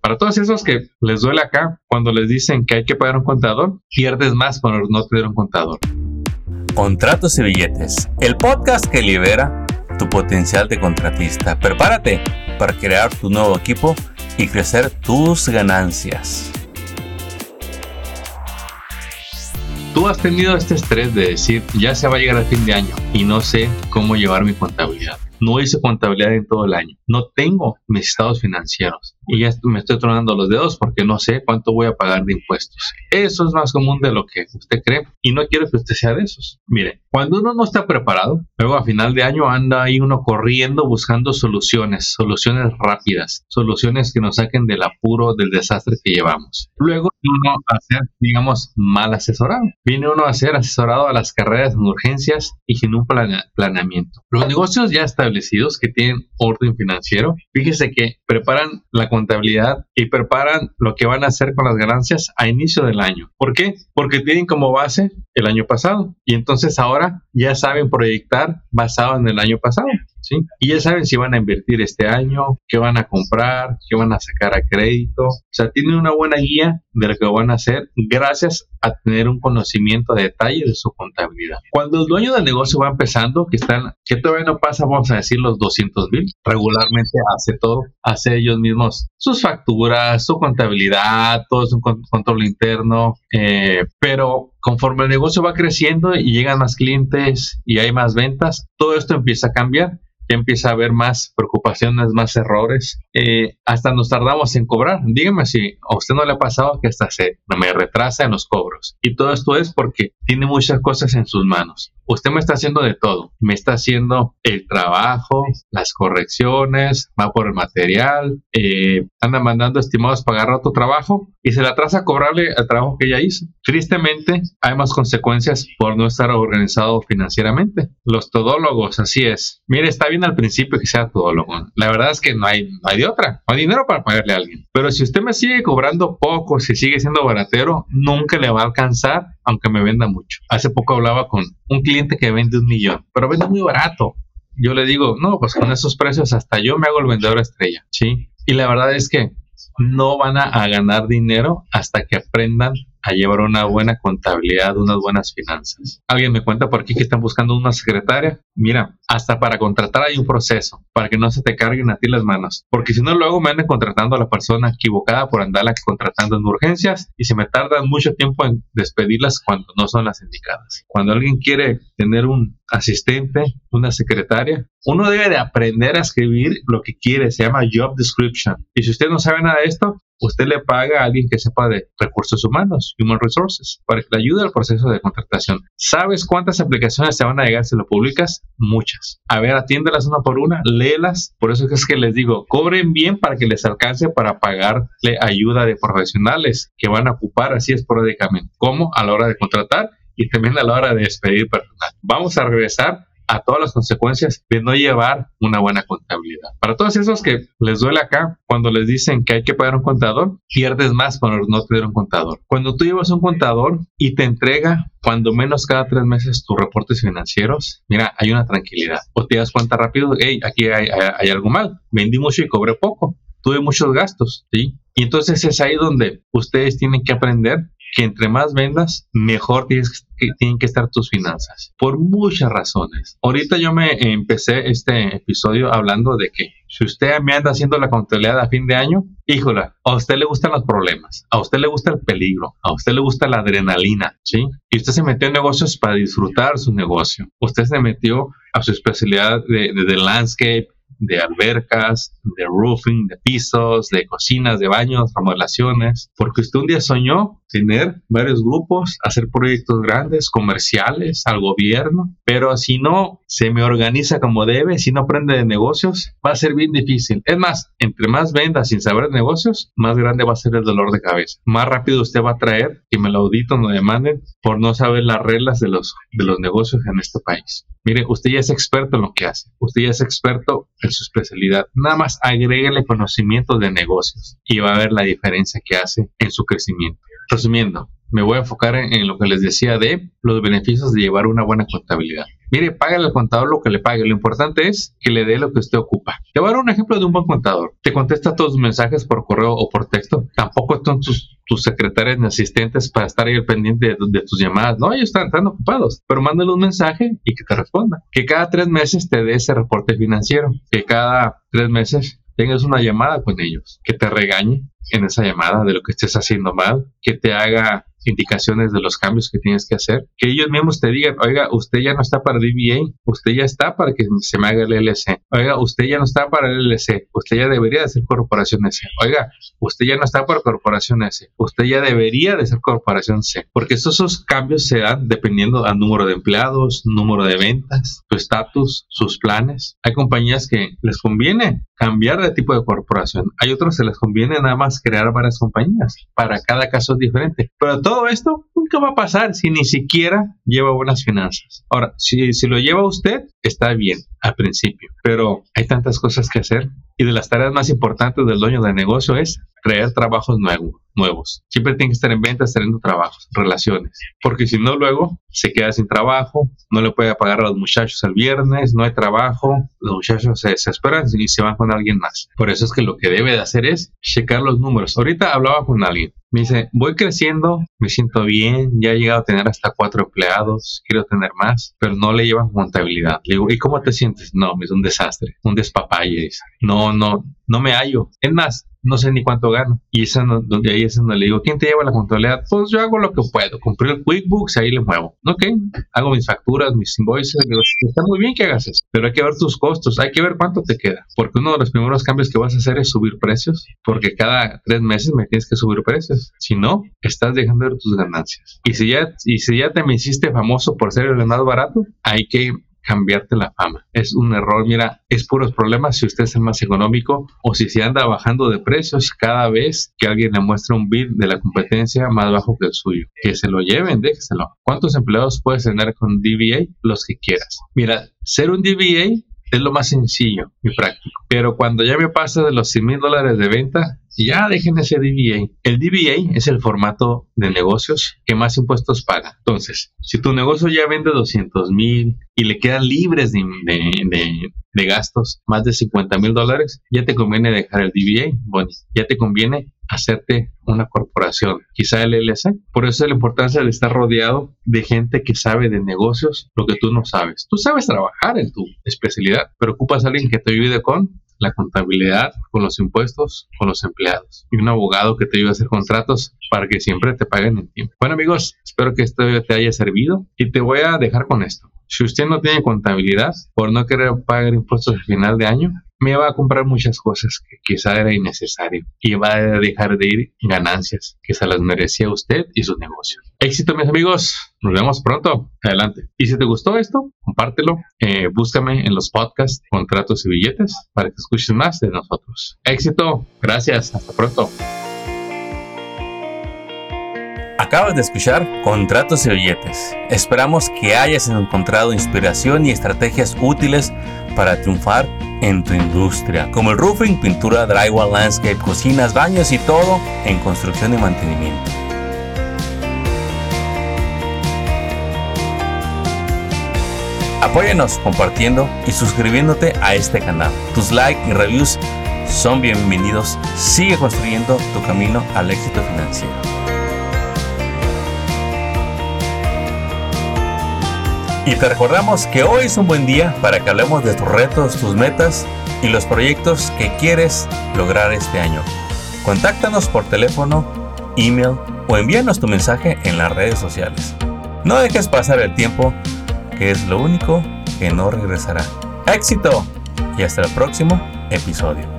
Para todos esos que les duele acá, cuando les dicen que hay que pagar un contador, pierdes más por no tener un contador. Contratos y billetes, el podcast que libera tu potencial de contratista. Prepárate para crear tu nuevo equipo y crecer tus ganancias. Tú has tenido este estrés de decir, ya se va a llegar el fin de año y no sé cómo llevar mi contabilidad. No hice contabilidad en todo el año. No tengo mis estados financieros. Y ya me estoy tronando los dedos porque no sé cuánto voy a pagar de impuestos. Eso es más común de lo que usted cree. Y no quiero que usted sea de esos. Mire, cuando uno no está preparado, luego a final de año anda ahí uno corriendo buscando soluciones rápidas, soluciones que nos saquen del apuro, del desastre que llevamos. Luego uno a ser, digamos, mal asesorado. Viene uno a ser asesorado a las carreras en urgencias y sin un planeamiento. Los negocios ya establecidos que tienen orden financiero, fíjese que preparan la contabilidad y preparan lo que van a hacer con las ganancias a inicio del año. ¿Por qué? Porque tienen como base el año pasado y entonces ahora ya saben proyectar basado en el año pasado, ¿sí? Y ya saben si van a invertir este año, qué van a comprar, qué van a sacar a crédito. O sea, tienen una buena guía de lo que van a hacer gracias a tener un conocimiento de detalle de su contabilidad. Cuando el dueño del negocio va empezando, que todavía no pasa, vamos a decir, los 200,000, regularmente hace todo, hace ellos mismos sus facturas, su contabilidad, todo es un control interno, pero conforme el negocio va creciendo y llegan más clientes y hay más ventas, todo esto empieza a cambiar. Ya empieza a haber más preocupaciones, más errores, hasta nos tardamos en cobrar. Dígame si a usted no le ha pasado que hasta me retrasa en los cobros. Y todo esto es porque tiene muchas cosas en sus manos. Usted me está haciendo de todo. Me está haciendo el trabajo, las correcciones, va por el material, anda mandando estimados para agarrar otro trabajo y se le atrasa a cobrarle el trabajo que ella hizo. Tristemente, hay más consecuencias por no estar organizado financieramente. Los todólogos, así es. Mire, está bien al principio que sea todólogo. La verdad es que no hay de otra. No hay dinero para pagarle a alguien. Pero si usted me sigue cobrando poco, si sigue siendo baratero, nunca le va a alcanzar, aunque me venda mucho. Hace poco hablaba con un cliente que vende 1,000,000, pero vende muy barato. Yo le digo, no, pues con esos precios hasta yo me hago el vendedor estrella, ¿sí? Y la verdad es que no van a ganar dinero hasta que aprendan a llevar una buena contabilidad, unas buenas finanzas. Alguien me cuenta por aquí que están buscando una secretaria. Mira, hasta para contratar hay un proceso, para que no se te carguen a ti las manos. Porque si no, luego me andan contratando a la persona equivocada por andarla contratando en urgencias y se me tardan mucho tiempo en despedirlas cuando no son las indicadas. Cuando alguien quiere tener un asistente, una secretaria, uno debe de aprender a escribir lo que quiere, se llama job description. Y si usted no sabe nada de esto, usted le paga a alguien que sepa de recursos humanos, human resources, para que le ayude al proceso de contratación. ¿Sabes cuántas aplicaciones te van a llegar si lo publicas? Muchas. A ver, atiéndelas una por una, léelas. Por eso es que les digo, cobren bien para que les alcance para pagarle ayuda de profesionales que van a ocupar así esporádicamente, como a la hora de contratar y también a la hora de despedir personal. Vamos a regresar a todas las consecuencias de no llevar una buena contabilidad. Para todos esos que les duele acá, cuando les dicen que hay que pagar un contador, pierdes más por no tener un contador. Cuando tú llevas un contador y te entrega cuando menos cada 3 meses tus reportes financieros, mira, hay una tranquilidad. O te das cuenta rápido, hey, aquí hay algo mal. Vendí mucho y cobré poco. Tuve muchos gastos, ¿sí? Y entonces es ahí donde ustedes tienen que aprender que entre más vendas, mejor tienen que estar tus finanzas. Por muchas razones. Ahorita yo me empecé este episodio hablando de que si usted me anda haciendo la contabilidad a fin de año, híjola, a usted le gustan los problemas, a usted le gusta el peligro, a usted le gusta la adrenalina, ¿sí? Y usted se metió en negocios para disfrutar su negocio. Usted se metió a su especialidad de landscape, de albercas, de roofing, de pisos, de cocinas, de baños, remodelaciones, porque usted un día soñó tener varios grupos, hacer proyectos grandes, comerciales, al gobierno, pero si no se me organiza como debe, si no aprende de negocios, va a ser bien difícil. Es más, entre más venda sin saber de negocios, más grande va a ser el dolor de cabeza. Más rápido usted va a traer que me lo auditen o demanden por no saber las reglas de los negocios en este país. Mire, usted ya es experto en lo que hace. Usted ya es experto en su especialidad. Nada más agréguele conocimiento de negocios y va a ver la diferencia que hace en su crecimiento. Resumiendo, me voy a enfocar en lo que les decía de los beneficios de llevar una buena contabilidad. mire, págale al contador lo que le pague. Lo importante es que le dé lo que usted ocupa. Te voy a dar un ejemplo de un buen contador. Te contesta todos los mensajes por correo o por texto. Tampoco están tus secretarias ni asistentes para estar ahí al pendiente de tus llamadas. No, ellos están ocupados. Pero mándale un mensaje y que te responda. Que cada 3 meses te dé ese reporte financiero. Que cada 3 meses tengas una llamada con ellos. Que te regañe en esa llamada de lo que estés haciendo mal. Que te haga indicaciones de los cambios que tienes que hacer, que ellos mismos te digan, oiga, usted ya no está para DBA, usted ya está para que se me haga el LLC, oiga, usted ya no está para el LLC, usted ya debería de ser corporación S, oiga, usted ya no está para corporación S, usted ya debería de ser corporación C, porque esos cambios se dan dependiendo al número de empleados, número de ventas, su estatus, sus planes. Hay compañías que les conviene cambiar de tipo de corporación, hay otros que les conviene nada más crear varias compañías, para cada caso es diferente, pero todo esto nunca va a pasar si ni siquiera lleva buenas finanzas. Ahora, si lo lleva usted, está bien al principio, pero hay tantas cosas que hacer y de las tareas más importantes del dueño de negocio es crear trabajos nuevos. Siempre tiene que estar en ventas, teniendo trabajos, relaciones, porque si no luego se queda sin trabajo, no le puede pagar a los muchachos el viernes, no hay trabajo, los muchachos se desesperan y se van con alguien más. Por eso es que lo que debe de hacer es checar los números. Ahorita hablaba con alguien, me dice, voy creciendo, me siento bien, ya he llegado a tener hasta 4 empleados, quiero tener más, pero no le llevan contabilidad. Le digo, ¿y cómo te sientes? No, es un desastre, un despapalle. Dice. No me hallo. Es más, no sé ni cuánto gano. Y ahí es donde le digo, ¿quién te lleva la contabilidad? Pues yo hago lo que puedo. Compré el QuickBooks y ahí le muevo. Ok, hago mis facturas, mis invoices. Digo, está muy bien que hagas eso, pero hay que ver tus costos, hay que ver cuánto te queda. Porque uno de los primeros cambios que vas a hacer es subir precios, porque cada 3 meses me tienes que subir precios. Si no, estás dejando de ver tus ganancias. Y si ya te me hiciste famoso por ser el más barato, hay que cambiarte la fama. Es un error, mira, es puros problemas si usted es el más económico o si se anda bajando de precios cada vez que alguien le muestra un bid de la competencia más bajo que el suyo. Que se lo lleven, déjeselo. ¿Cuántos empleados puedes tener con DBA? Los que quieras. Mira, ser un DBA es lo más sencillo y práctico. Pero cuando ya me pasa de los $100,000 de venta, ya dejen ese DBA. El DBA es el formato de negocios que más impuestos paga. Entonces, si tu negocio ya vende 200,000 y le quedan libres de gastos más de $50,000, ya te conviene dejar el DBA. Bueno, ya te conviene hacerte una corporación, quizá el LLC. Por eso es la importancia de estar rodeado de gente que sabe de negocios, lo que tú no sabes. Tú sabes trabajar en tu especialidad, pero ocupas a alguien que te ayude con la contabilidad, con los impuestos, con los empleados y un abogado que te ayude a hacer contratos para que siempre te paguen en tiempo. Bueno amigos, espero que esto te haya servido y te voy a dejar con esto. Si usted no tiene contabilidad por no querer pagar impuestos al final de año, me va a comprar muchas cosas que quizá era innecesario y va a dejar de ir ganancias que se las merecía usted y su negocio. Éxito mis amigos, nos vemos pronto, adelante. Y si te gustó esto, compártelo, búscame en los podcasts Contratos y Billetes para que escuches más de nosotros. Éxito, gracias, hasta pronto. Acabas de escuchar Contratos y Billetes. Esperamos que hayas encontrado inspiración y estrategias útiles para triunfar en tu industria, como el roofing, pintura, drywall, landscape, cocinas, baños y todo en construcción y mantenimiento. Apóyanos compartiendo y suscribiéndote a este canal. Tus likes y reviews son bienvenidos. Sigue construyendo tu camino al éxito financiero. Y te recordamos que hoy es un buen día para que hablemos de tus retos, tus metas y los proyectos que quieres lograr este año. Contáctanos por teléfono, email o envíanos tu mensaje en las redes sociales. No dejes pasar el tiempo, que es lo único que no regresará. ¡Éxito! Y hasta el próximo episodio.